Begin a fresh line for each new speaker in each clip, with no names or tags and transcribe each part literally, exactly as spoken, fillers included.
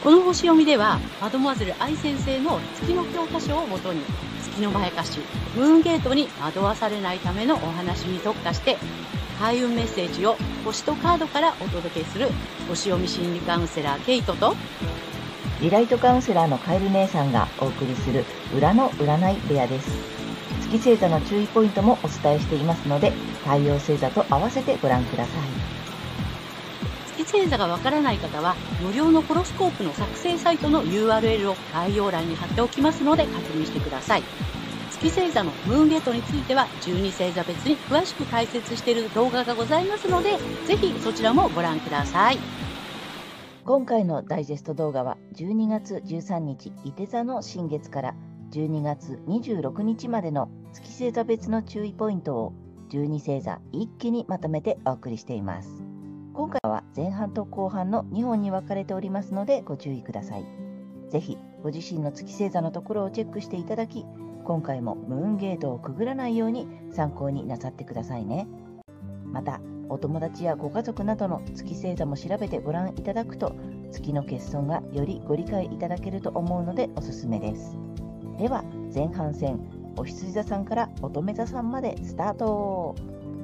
この星読みでは、マドモアゼル愛先生の月の教科書をもとに、月のまやかし、ムーンゲートに惑わされないためのお話に特化して、開運メッセージを星とカードからお届けする星読み心理カウンセラーケイトと、
リライトカウンセラーのカエル姉さんがお送りする裏の占い部屋です。月星座の注意ポイントもお伝えしていますので、太陽星座と合わせてご覧ください。
月星座がわからない方は、無料のホロスコープの作成サイトの ユーアールエル を概要欄に貼っておきますので確認してください。月星座のムーンゲートについては、じゅうに星座別に詳しく解説している動画がございますので、ぜひそちらもご覧ください。
今回のダイジェスト動画は、じゅうにがつじゅうさんにちいて座の新月からじゅうにがつにじゅうろくにちまでの月星座別の注意ポイントをじゅうに星座一気にまとめてお送りしています。今回は前半と後半のにほんに分かれておりますのでご注意ください。ぜひご自身の月星座のところをチェックしていただき、今回もムーンゲートをくぐらないように参考になさってくださいね。また、お友達やご家族などの月星座も調べてご覧いただくと、月の欠損がよりご理解いただけると思うのでおすすめです。では、前半戦、お羊座さんから乙女座さんまでスタート。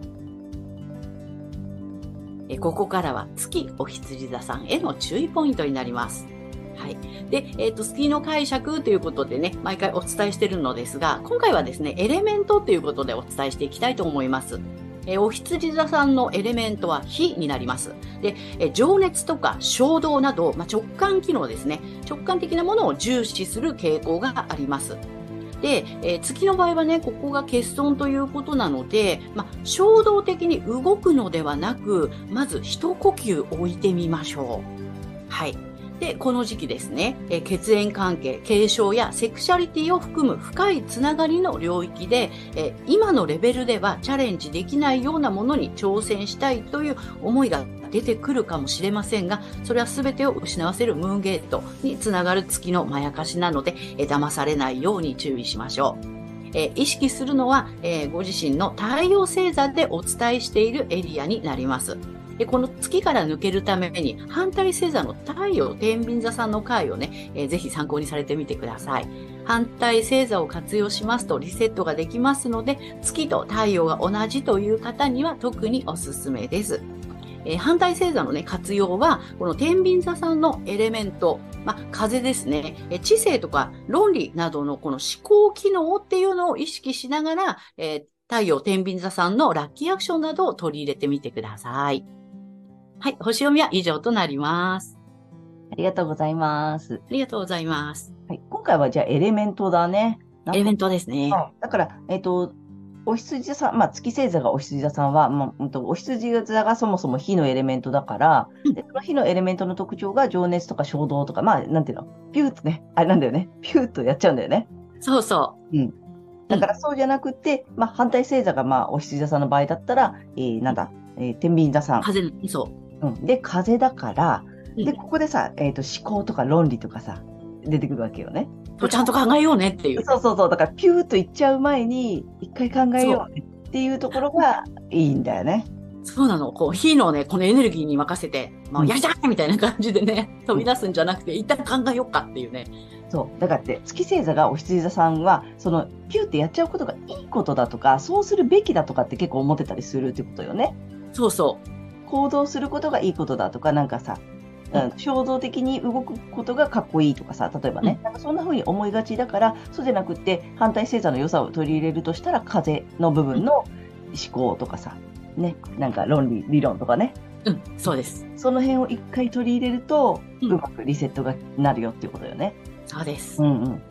えここからは月お羊座さんへの注意ポイントになります。はい。で、えっと、月の解釈ということでね、毎回お伝えしているのですが、今回はですね、エレメントということでお伝えしていきたいと思います。えお羊座さんのエレメントは火になります。で、え情熱とか衝動など、まあ、直感機能ですね。直感的なものを重視する傾向があります。で、えー、月の場合はね、ここが欠損ということなので、まあ、衝動的に動くのではなく、まず一呼吸置いてみましょう。はい。で、この時期ですね、えー、血縁関係、継承やセクシャリティを含む深いつながりの領域で、えー、今のレベルではチャレンジできないようなものに挑戦したいという思いが出てくるかもしれませんが、それは全てを失わせるムーンゲートにつながる月のまやかしなので、えー、騙されないように注意しましょう。えー、意識するのは、えー、ご自身の太陽星座でお伝えしているエリアになります。でこの月から抜けるために反対星座の太陽天秤座さんの回をね、えー、ぜひ参考にされてみてください。反対星座を活用しますとリセットができますので、月と太陽が同じという方には特におすすめです。えー、反対星座のね、活用は、この天秤座さんのエレメント、まあ、風ですね、えー、知性とか論理などのこの思考機能っていうのを意識しながら、えー、太陽天秤座さんのラッキーアクションなどを取り入れてみてください。はい、星読みは以上となります。
ありがとうございます。
ありがとうございます。
はい、今回はじゃあエレメントだね。
エレメントですね。
だから、えっと、お羊座さん、まあ、月星座がお羊座さんは、まあ、お羊座がそもそも火のエレメントだから、うん、でその火のエレメントの特徴が情熱とか衝動とか、まあ、なんていうの、ピューッとね、あれなんだよね、ピューッとやっちゃうんだよね。
そうそう。
うん。だからそうじゃなくて、うん、まあ、反対星座が、まあ、お羊座さんの場合だったら、えー、なんだ、えー、天秤座さん。
風、そう。
うん。で、風だから、で、ここでさ、えっと、思考とか論理とかさ、出てくるわけよね。
ちゃんと考えようねっていう。
そうそうそう。だから、ピューッといっちゃう前に、一回考えようねっていうところがいいんだよね。
そうなの。こう、火のね、このエネルギーに任せて、まあ、やりたいみたいな感じでね、飛び出すんじゃなくて、一旦考えようかっていうね。
そう。だからって、月星座がお羊座さんは、その、ピューってやっちゃうことがいいことだとか、そうするべきだとかって結構思ってたりするってことよね。
そうそう。
行動することがいいことだとか、なんかさ、うん、衝動的に動くことがかっこいいとかさ、例えばね、うん、なんかそんな風に思いがちだから、そうじゃなくって、反対星座の良さを取り入れるとしたら、風の部分の思考とかさ、ね、なんか論理、理論とかね。
うん、そうです。
その辺を一回取り入れると、うん、うまくリセットがなるよっていうことよね。
そうです。
うんうん。はい。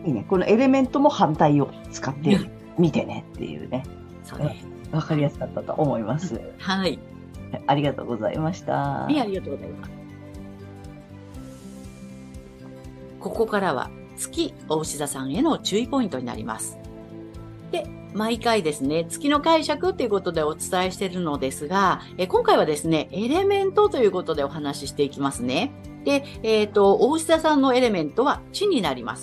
いいね。このエレメントも反対を使ってみてねっていうね。
そうです。
わかりやすかったと思います。
はい。
ありがとうございました。
はい、ありがとうございます。ここからは月お牛座さんへの注意ポイントになります。で、毎回ですね、月の解釈ということでお伝えしているのですが、え今回はですね、エレメントということでお話ししていきますね。で、えっと、お牛座さんのエレメントは地になります。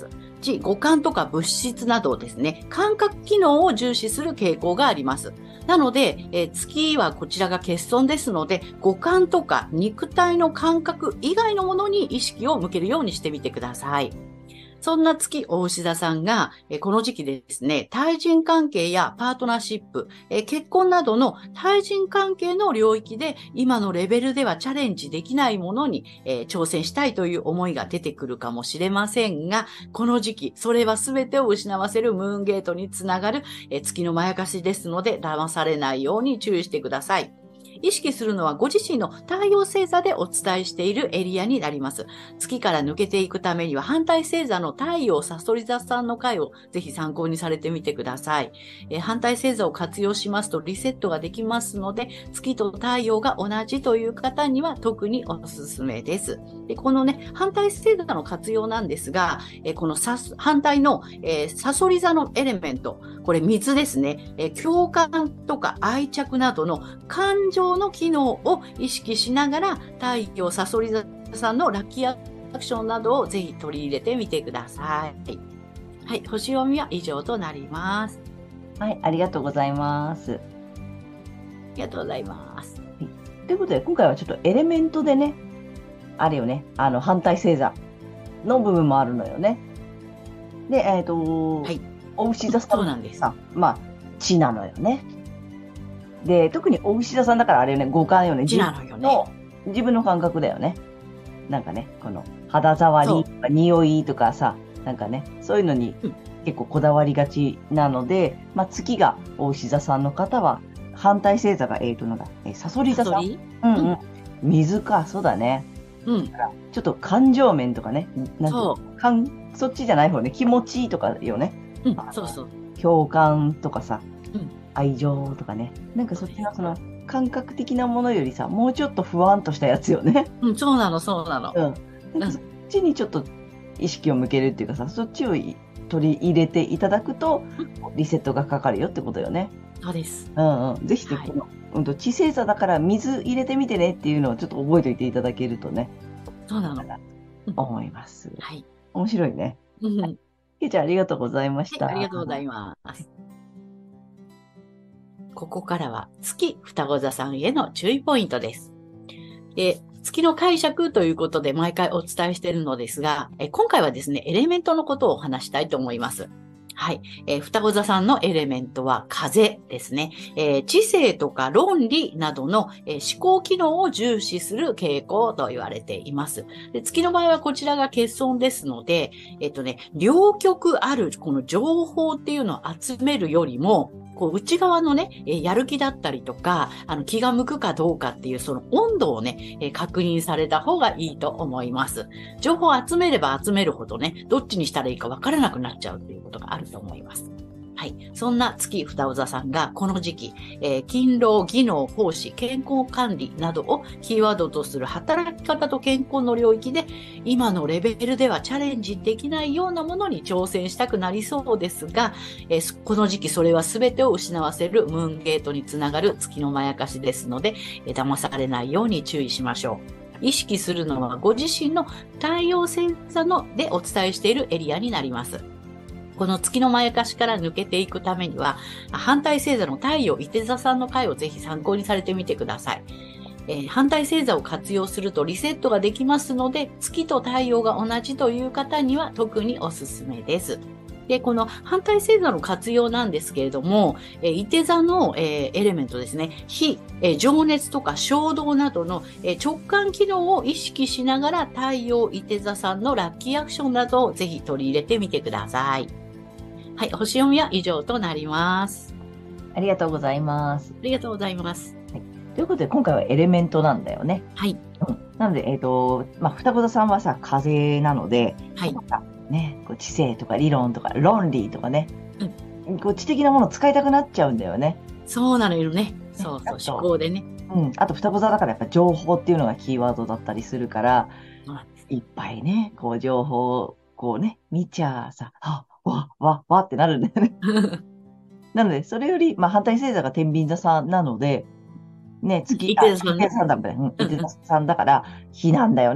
ち五感とか物質などですね、感覚機能を重視する傾向があります。なので、えー、月はこちらが欠損ですので、五感とか肉体の感覚以外のものに意識を向けるようにしてみてください。そんな月お牛座さんが、えこの時期でですね、対人関係やパートナーシップ、え結婚などの対人関係の領域で今のレベルではチャレンジできないものに、えー、挑戦したいという思いが出てくるかもしれませんが、この時期、それは全てを失わせるムーンゲートにつながる、え月のまやかしですので、騙されないように注意してください。意識するのはご自身の太陽星座でお伝えしているエリアになります。月から抜けていくためには反対星座の太陽さそり座さんの回をぜひ参考にされてみてください。えー、反対星座を活用しますとリセットができますので、月と太陽が同じという方には特におすすめです。でこのね、反対星座の活用なんですが、えー、このさ反対の、えー、さそり座のエレメント、これ水ですね、えー、共感とか愛着などの感情の機能を意識しながら太陽さそり座さんのラッキーアクションなどをぜひ取り入れてみてください。はい、星読みは以上となります。
はい、ありがとうございます。あ
りがとうございます。
はい、ということで今回はちょっとエレメントでね、あるよね、あの反対星座の部分もあるのよね。で、えっと、はい、お牛座さんなんです。まあ地なのよね。で、特にお牛座さんだからあれよね、五感よね。
自分の、
自分の感覚だよね。なんかね、この肌触りとか匂いとかさ、なんかね、そういうのに結構こだわりがちなので、うん、まあ月がお牛座さんの方は、反対星座が、えーと、なんだ、えー、さそり座さん。うんうん。うん、水か、そうだね。うん。ちょっと感情面とかね、なんていうかん、そっちじゃない方ね、気持ちいいとかよね。
うん、そうそう。
共感とかさ。うん愛情とかね。なんかそっちのその感覚的なものよりさ、もうちょっと不安としたやつよね。
うん、そうなの、そうなの。
うん。なんかそっちにちょっと意識を向けるっていうかさ、そっちを取り入れていただくと、リセットがかかるよってことよね。
そうです。
うんうん。ぜひ、この、うんと、地星座だから水入れてみてねっていうのをちょっと覚えておいていただけるとね。
そうなの。
思います。
はい。
面白いね。
うん。
けいちゃん、ありがとうございました。
はい、ありがとうございます。ここからは月双子座さんへの注意ポイントです。で月の解釈ということで毎回お伝えしているのですが、え今回はですね、エレメントのことをお話したいと思います。はい。えー、双子座さんのエレメントは風ですね。えー、知性とか論理などの、えー、思考機能を重視する傾向と言われています。で月の場合はこちらが欠損ですので、えっとね、両極あるこの情報っていうのを集めるよりも、こう内側のね、えー、やる気だったりとか、あの気が向くかどうかっていうその温度をね、えー、確認された方がいいと思います。情報を集めれば集めるほどね、どっちにしたらいいか分からなくなっちゃうっていうことがあると思います。はい。そんな月双子座さんがこの時期、えー、勤労、技能、奉仕、健康管理などをキーワードとする働き方と健康の領域で、今のレベルではチャレンジできないようなものに挑戦したくなりそうですが、えー、この時期それは全てを失わせるムーンゲートにつながる月のまやかしですので、えー、騙されないように注意しましょう。意識するのはご自身の太陽星座のでお伝えしているエリアになります。この月のまやかしから抜けていくためには、反対星座の太陽いて座さんの回をぜひ参考にされてみてください。えー、反対星座を活用するとリセットができますので、月と太陽が同じという方には特におすすめです。で、この反対星座の活用なんですけれども、えー、いて座の、えー、エレメントですね、火、えー、情熱とか衝動などの、えー、直感機能を意識しながら太陽いて座さんのラッキーアクションなどをぜひ取り入れてみてください。はい、星読みは以上となります。
ありがとうございます。
ありがとうございます。
はい、ということで、今回はエレメントなんだよね。
はい。
うん、なので、えっと、まあ、双子座さんはさ、風なので、
はい。
ね、こう知性とか理論とか論理とかね、うん、こう知的なものを使いたくなっちゃうんだよね。
そうなのよね。そうそう、思考でね。
うん。あと、双子座だからやっぱ情報っていうのがキーワードだったりするから、いっぱいね、こう情報をこうね、見ちゃさ、あわ、わ、わってなるんだよね。なので、それより、まあ、反対星座が天秤座さんなので、ね、月、
いて座さん、
ね、いて座さんだ、うん、いて座さんだから、火なんだよね。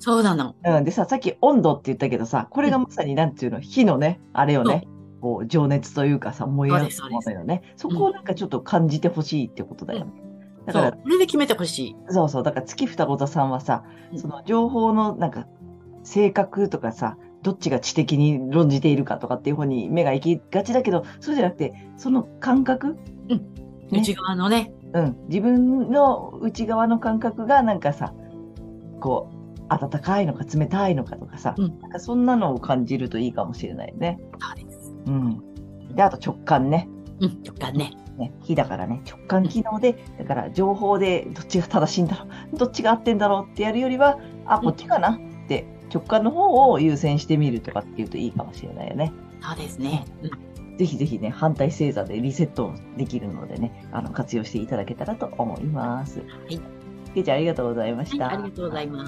そうなの。
うん、でさ、さっき温度って言ったけどさ、これがまさになんていうの、火のね、あれよ
そう
ね、こう、情熱というかさ、燃え上がる
そうです、そうです。
ものよね。そ
うん。
こをなんかちょっと感じてほしいってことだよね。だから、
そう。これで決めてほしい。
そうそう、だから月双子座さんはさ、
うん。
その情報のなんか、正確とかさ、どっちが知的に論じているかとかっていう方に目が行きがちだけど、そうじゃなくて、その感覚、
うん。
ね、
内側のね。
うん、自分の内側の感覚がなんかさ、こう、温かいのか冷たいのかとかさ、
うん。
なんかそんなのを感じるといいかもしれないね。
そうです。
うん。で、あと直感ね。
うん。直感ね。
ね、火だからね、直感機能で、だから情報でどっちが正しいんだろう、どっちが合ってんだろうってやるよりは、あ、
うん。
こっちかなって直感の方を優先してみるとかっていうといいかもしれないよね。
そうですね。うん。
ぜひぜひね、反対星座でリセットできるのでね、あの、活用していただけたらと思います。
はい。
けいちゃんありがとうございまし
はい。あり
た。
がとうございます。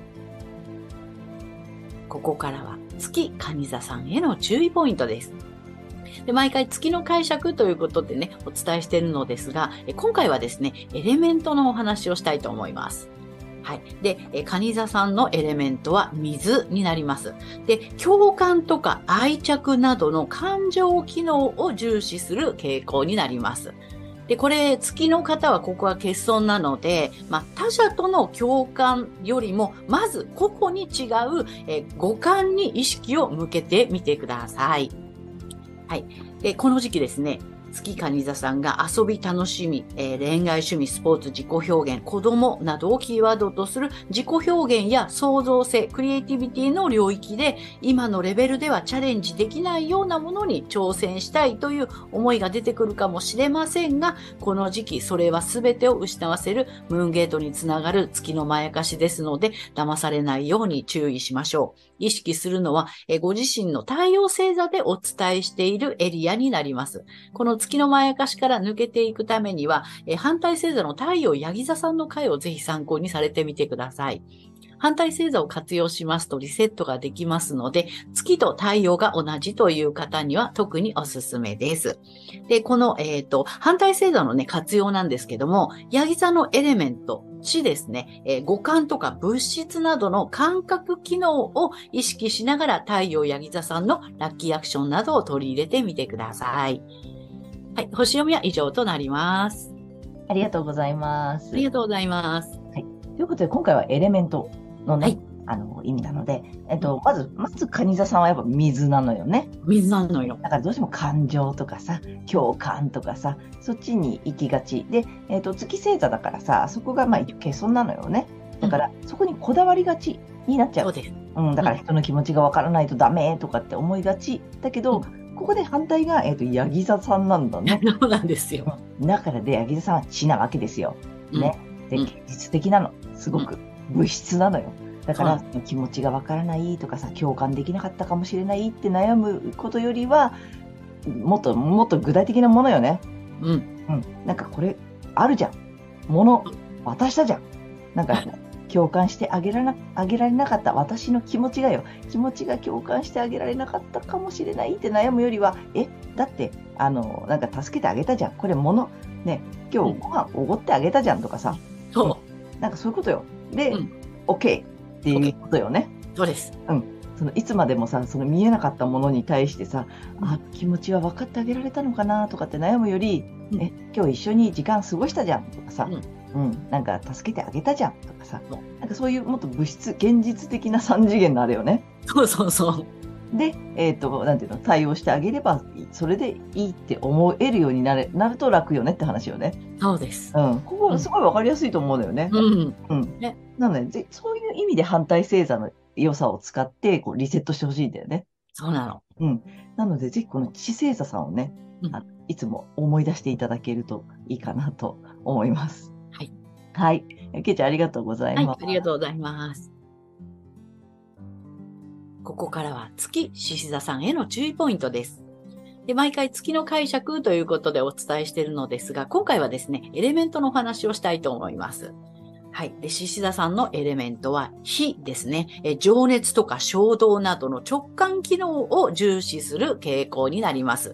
ここからは月蟹座さんへの注意ポイントです。で、毎回月の解釈ということでね、お伝えしているのですが、え今回はですね、エレメントのお話をしたいと思います。はい。で、え蟹座さんのエレメントは水になります。で、共感とか愛着などの感情機能を重視する傾向になります。で、これ、月の方はここは欠損なので、まあ、他者との共感よりも、まず個々に違う、え五感に意識を向けてみてください。はい。で、この時期ですね、月蟹座さんが遊び、楽しみ、えー、恋愛、趣味、スポーツ、自己表現、子供などをキーワードとする自己表現や創造性、クリエイティビティの領域で、今のレベルではチャレンジできないようなものに挑戦したいという思いが出てくるかもしれませんが、この時期、それは全てを失わせるムーンゲートにつながる月のまやかしですので、騙されないように注意しましょう。意識するのは、えご自身の太陽星座でお伝えしているエリアになります。この月のまやかしから抜けていくためには、え反対星座の太陽ヤギ座さんの回をぜひ参考にされてみてください。反対星座を活用しますとリセットができますので、月と太陽が同じという方には特におすすめです。で、この、えっと、反対星座のね、活用なんですけども、ヤギ座のエレメント、地ですね、えー五感とか物質などの感覚機能を意識しながら太陽ヤギ座さんのラッキーアクションなどを取り入れてみてください。はい、星読みは以上となります。
ありがとうございま
あ
す。
りがとうございます。
はい。ということで、今回はエレメントのね、
はい。
あの、意味なので、えっと、まず、まず、蟹座さんはやっぱ水なのよね。
水なのよ。
だからどうしても感情とかさ、共感とかさ、そっちに行きがち。で、えっと、月星座だからさ、そこがまあ一応欠損なのよね。だから、そこにこだわりがちになっちゃう。
そうです。
うん、だから人の気持ちがわからないとダメとかって思いがち。だけど、
うん
ここで反対が、えっと、ヤギ座さんなんだね。
そうなんですよ。
だからで、ヤギ座さんは地なわけですよ。ね。で、
うん
現実的なの。すごく物質なのよ。だから
そ、
気持ちがわからないとかさ、共感できなかったかもしれないって悩むことよりは、もっと、もっと具体的なものよね。
うん。
うん。なんかこれ、あるじゃん。もの、渡したじゃん。なんか、共感してあげられな、あげられなかった私の気持ちがよ。気持ちが共感してあげられなかったかもしれないって悩むよりは、え、だって、あの、なんか助けてあげたじゃん。これ物、ね、今日ご飯おごってあげたじゃんとかさ。
そ
うん。なんかそういうことよ。で、
うん
OK っていうことよね。
う。そうです。
うん。そのいつまでもさ、その見えなかったものに対してさ、あ、気持ちは分かってあげられたのかなとかって悩むより、
うん
え、今日一緒に時間過ごしたじゃんとかさ、
うん
うん、なんか助けてあげたじゃんとかさ
そう、
なんかそういうもっと物質、現実的な三次元のあれよね。
そうそうそう。
で、えっと、なんていうの、対応してあげれば、それでいいって思えるようになれ、なると楽よねって話よね。
そうです。
うん。ここすごい分かりやすいと思うのよね。
うん。
うん。
ね。
なので、ぜそういう意味で反対星座の良さを使って、こう、リセットしてほしいんだよね。
そうなの。
うん。なので、ぜひこの地星座さんをね、
うん
あいつも思い出していただけるといいかなと思います。
はい。
はい。けいちゃん、ありがとうござい
はい。
ます。
ありがとうございます。ここからは月獅子座さんへの注意ポイントです。で、毎回月の解釈ということでお伝えしているのですが、今回はですね、エレメントのお話をしたいと思います。はい。で、獅子座さんのエレメントは火ですね。え、情熱とか衝動などの直感機能を重視する傾向になります。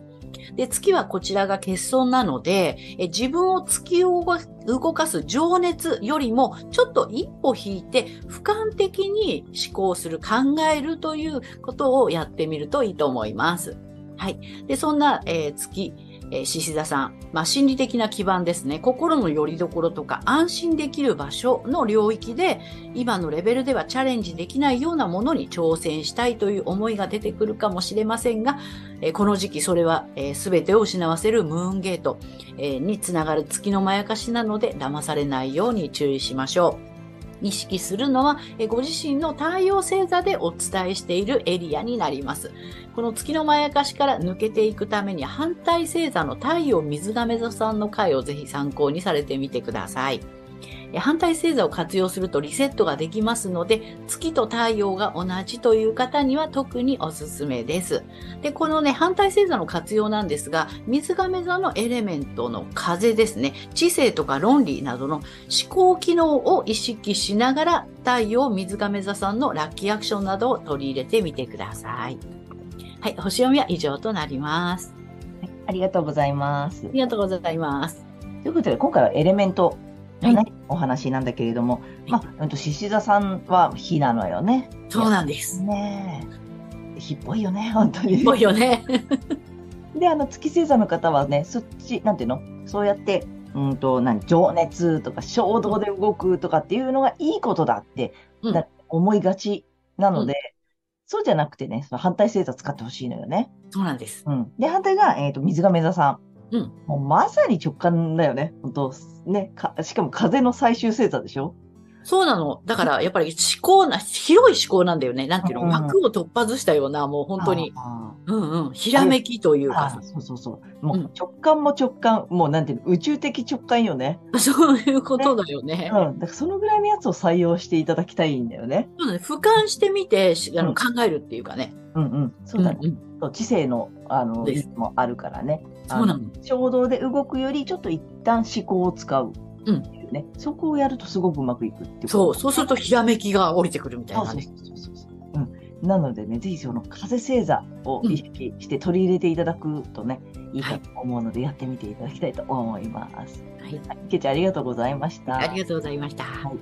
で、月はこちらが欠損なので、え自分を月を動かす情熱よりも、ちょっと一歩引いて、俯瞰的に思考する、考えるということをやってみるといいと思います。はい。で、そんな、えー、月、えー、獅子座さん、まあ、心理的な基盤ですね。心の拠り所とか安心できる場所の領域で、今のレベルではチャレンジできないようなものに挑戦したいという思いが出てくるかもしれませんが、えー、この時期それは、えー、全てを失わせるムーンゲート、えー、につながる月のまやかしなので、騙されないように注意しましょう。意識するのは、ご自身の太陽星座でお伝えしているエリアになります。この月のまやかしから抜けていくために反対星座の太陽水亀座さんの回をぜひ参考にされてみてください。反対星座を活用するとリセットができますので、月と太陽が同じという方には特におすすめです。で、このね、反対星座の活用なんですが、水亀座のエレメントの風ですね、知性とか論理などの思考機能を意識しながら、太陽水亀座さんのラッキーアクションなどを取り入れてみてください。はい、星読みは以上となります。
はい、ありがとうございます。
ありがとうございます。
ということで、今回はエレメントのね、はい、お話なんだけれども、まあ、獅子座さんは火なのよね。
そうなんです。
ねえ。火っぽいよね、本当に。
火っぽいよね。
で、あの、月星座の方はね、そっち、なんていうの、そうやって、うんと、何、情熱とか衝動で動くとかっていうのがいいことだって、うん、だ思いがちなので、うん、そうじゃなくてね、その反対星座使ってほしいのよね。
そうなんです。
うん。で、反対が、えっと、水亀座さん。うん、もうまさに直感だよね。本当ねか。しかも風の最終星座でしょ？
そうなの。だから、やっぱり思考な、広い思考なんだよね。なんていうの、うん、枠を突破したような、もう本当に、うんうん、ひらめきというか。
そうそうそう。もう直感も直感、うん、もうなんていうの、宇宙的直感よね。
そういうことだよね。ね、
うん。だからそのぐらいのやつを採用していただきたいんだよね。
そうだね。俯瞰してみて、あの、うん、考えるっていうかね。
うんうん。そうだね。うんうん、知性の、あの、リズムもあるからね。
そうなの。
衝動で動くより、ちょっと一旦思考を使う。うん。ね、そこをやるとすごくうまくいくっていう。
そう、そうするとひらめきが降りてくるみたいなね。
そうそうそうそう。うん。なのでね、ぜひその風星座を意識して取り入れていただくとね、うん、いいかと思うので、やってみていただきたいと思います。はい。はい、けちゃんありがとうございました。
ありがとうございました。はい。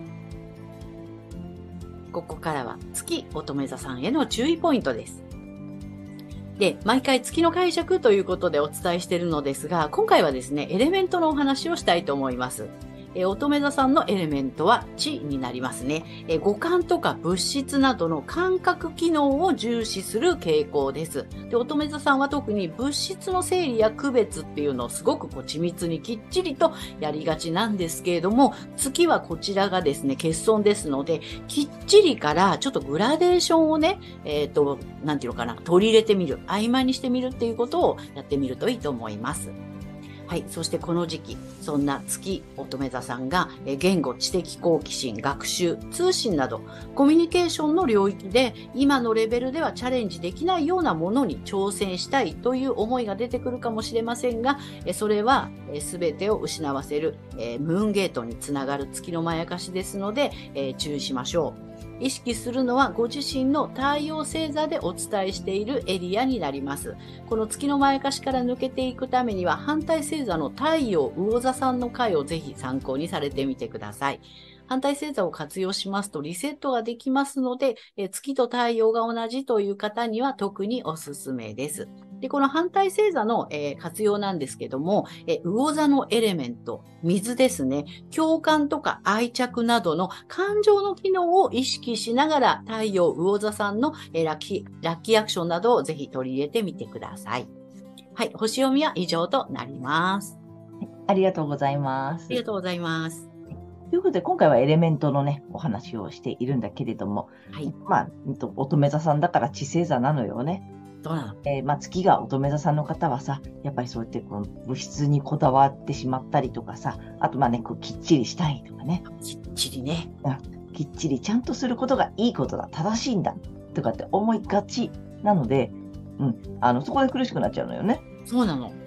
ここからは月乙女座さんへの注意ポイントです。で、毎回月の解釈ということでお伝えしているのですが、今回はですね、エレメントのお話をしたいと思います。え乙女座さんのエレメントは地になりますね。え五感とか物質などの感覚機能を重視する傾向です。で、乙女座さんは特に物質の整理や区別っていうのをすごくこう緻密にきっちりとやりがちなんですけれども、月はこちらがですね、欠損ですので、きっちりからちょっとグラデーションをね、えっと、なんていうのかな、取り入れてみる、曖昧にしてみるっていうことをやってみるといいと思います。はい。そしてこの時期、そんな月乙女座さんが言語、知的好奇心、学習、通信などコミュニケーションの領域で今のレベルではチャレンジできないようなものに挑戦したいという思いが出てくるかもしれませんが、それは全てを失わせるムーンゲートにつながる月のまやかしですので注意しましょう。意識するのはご自身の太陽星座でお伝えしているエリアになります。この月のまやかしから抜けていくためには反対星座の太陽魚座さんの回をぜひ参考にされてみてください。反対星座を活用しますとリセットができますので、え月と太陽が同じという方には特におすすめです。で、この反対星座の、えー、活用なんですけども、えー、魚座のエレメント、水ですね。共感とか愛着などの感情の機能を意識しながら、太陽魚座さんの、えー、ラッキー、ラッキーアクションなどをぜひ取り入れてみてください。はい、星読みは以上となります。
ありがとうございます。
ありがとうございます。
ということで、今回はエレメントのね、お話をしているんだけれども、はい。まあ、乙女座さんだから地星座なのよね。
どうなの？
えー、まあ、月が乙女座さんの方はさ、やっぱりそうやってこの物質にこだわってしまったりとかさ、あとまあね、こうきっちりしたいとかね。
きっちりね。
うん。きっちりちゃんとすることがいいことだ、正しいんだ、とかって思いがちなので、うん。あの、そこで苦しくなっちゃうのよね。
そうなの。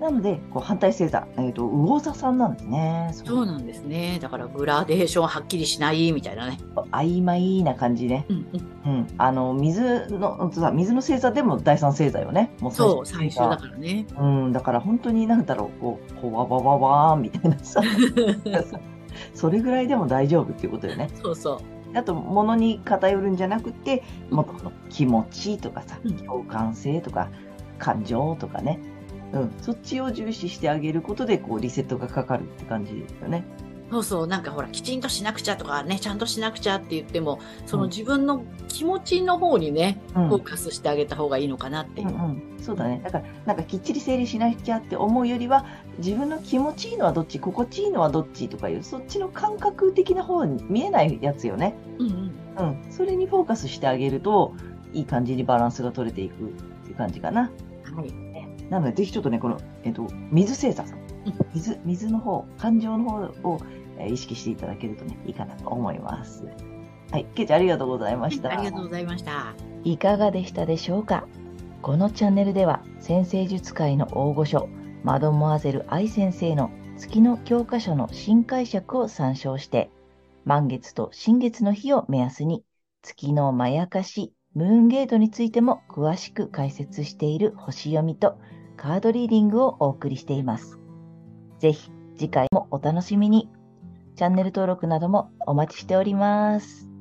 なので、こう反対星座、えっと、魚座さんなんですね。
そうなんですね。だからグラデーションはっきりしないみたいなね。
曖昧な感じね。
うんうん。
うん。あの、水の、さ水の星座でも第三星座よね。もう最
そう、
終
最終だからね。
うん。だから本当になんだろう、こう、ほわわわわーみたいなさ、それぐらいでも大丈夫っていうことよね。
そうそう。
あと、物に偏るんじゃなくて、
うん
もっとこの気持ちとかさ、
うん
共感性とか、感情とかね。うん。そっちを重視してあげることで、こう、リセットがかかるって感じですよね。
そうそう、なんかほら、きちんとしなくちゃとかね、ちゃんとしなくちゃって言っても、その
うん
自分の気持ちの方にね、
うん
フォーカスしてあげた方がいいのかなっていうう。
んうん。そうだね。だから、なんかきっちり整理しなきゃって思うよりは、自分の気持ちいいのはどっち、心地いいのはどっちとかいう、そっちの感覚的な方に見えないやつよね。
うんうん。
うん。それにフォーカスしてあげると、いい感じにバランスが取れていくっていう感じかな。
はい。
なので、ぜひちょっとね、この、えっと、水星座さん
うん。
水、水の方、感情の方を、えー意識していただけるとね、いいかなと思います。はい。ケイちゃんありがとうございまし
あり
た。
がとうございました。
いかがでしたでしょうか。このチャンネルでは占星術界の大御所マドモアゼル愛先生の月の教科書の新解釈を参照して満月と新月の日を目安に月のまやかしムーンゲートについても詳しく解説している星読みとカードリーディングをお送りしています。ぜひ次回もお楽しみに。チャンネル登録などもお待ちしております。